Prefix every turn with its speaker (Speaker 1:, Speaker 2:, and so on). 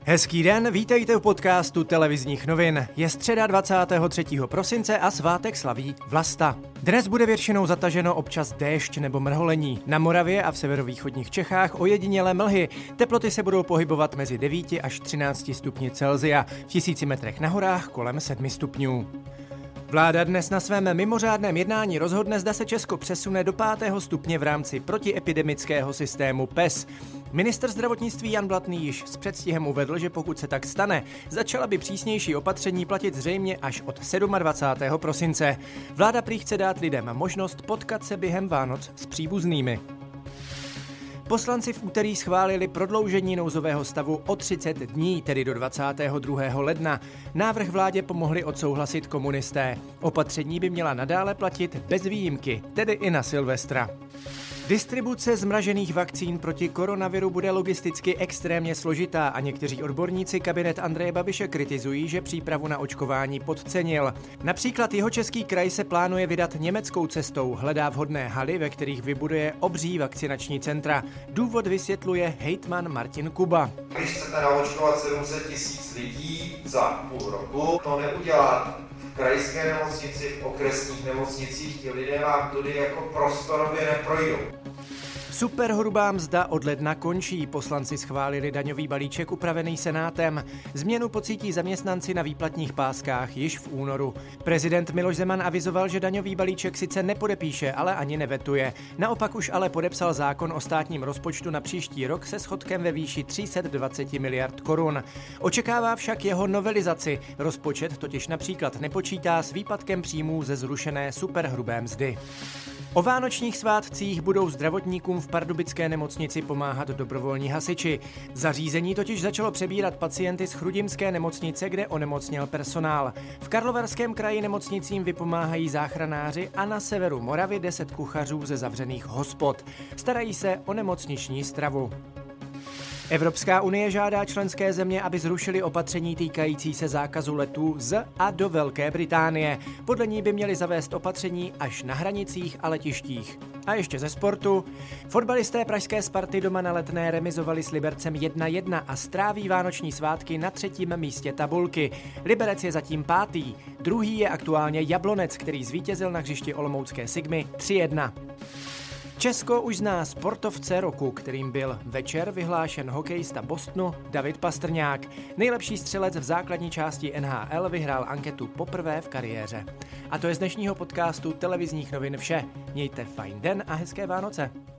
Speaker 1: Hezký den, vítejte u podcastu televizních novin. Je středa 23. prosince a svátek slaví Vlasta. Dnes bude většinou zataženo občas déšť nebo mrholení. Na Moravě a v severovýchodních Čechách ojedinělé mlhy. Teploty se budou pohybovat mezi 9 až 13 stupni Celsia, v 1000 metrech na horách kolem 7 stupňů. Vláda dnes na svém mimořádném jednání rozhodne, zda se Česko přesune do 5. stupně v rámci protiepidemického systému PES. Ministr zdravotnictví Jan Blatný již s předstihem uvedl, že pokud se tak stane, začala by přísnější opatření platit zřejmě až od 27. prosince. Vláda prý chce dát lidem možnost potkat se během Vánoc s příbuznými. Poslanci v úterý schválili prodloužení nouzového stavu o 30 dní, tedy do 22. ledna. Návrh vládě pomohli odsouhlasit komunisté. Opatření by měla nadále platit bez výjimky, tedy i na Silvestra. Distribuce zmražených vakcín proti koronaviru bude logisticky extrémně složitá a někteří odborníci kabinet Andreje Babiše kritizují, že přípravu na očkování podcenil. Například Jihočeský kraj se plánuje vydat německou cestou, hledá vhodné haly, ve kterých vybuduje obří vakcinační centra. Důvod vysvětluje hejtman Martin Kuba.
Speaker 2: Když chcete naočkovat 700 000 lidí za půl roku, to neudělat v krajské nemocnici, v okresních nemocnicích, ti lidé vám tudy jako prostorově neprojdou.
Speaker 1: Superhrubá mzda od ledna končí. Poslanci schválili daňový balíček upravený Senátem. Změnu pocítí zaměstnanci na výplatních páskách již v únoru. Prezident Miloš Zeman avizoval, že daňový balíček sice nepodepíše, ale ani nevetuje. Naopak už ale podepsal zákon o státním rozpočtu na příští rok se schodkem ve výši 320 miliard korun. Očekává však jeho novelizaci. Rozpočet totiž například nepočítá s výpadkem příjmů ze zrušené superhrubé mzdy. O vánočních svátcích budou zdravotníkům v pardubické nemocnici pomáhat dobrovolní hasiči. Zařízení totiž začalo přebírat pacienty z chrudimské nemocnice, kde onemocněl personál. V Karlovarském kraji nemocnicím vypomáhají záchranáři a na severu Moravy 10 kuchařů ze zavřených hospod. Starají se o nemocniční stravu. Evropská unie žádá členské země, aby zrušily opatření týkající se zákazu letů z a do Velké Británie. Podle ní by měly zavést opatření až na hranicích a letištích. A ještě ze sportu. Fotbalisté pražské Sparty doma na Letné remizovali s Libercem 1-1 a stráví vánoční svátky na 3. místě tabulky. Liberec je zatím 5. Druhý je aktuálně Jablonec, který zvítězil na hřišti olomoucké Sigmy 3-1. Česko už zná sportovce roku, kterým byl večer vyhlášen hokejista Bostonu David Pastrňák. Nejlepší střelec v základní části NHL vyhrál anketu poprvé v kariéře. A to je z dnešního podcastu televizních novin vše. Mějte fajn den a hezké Vánoce.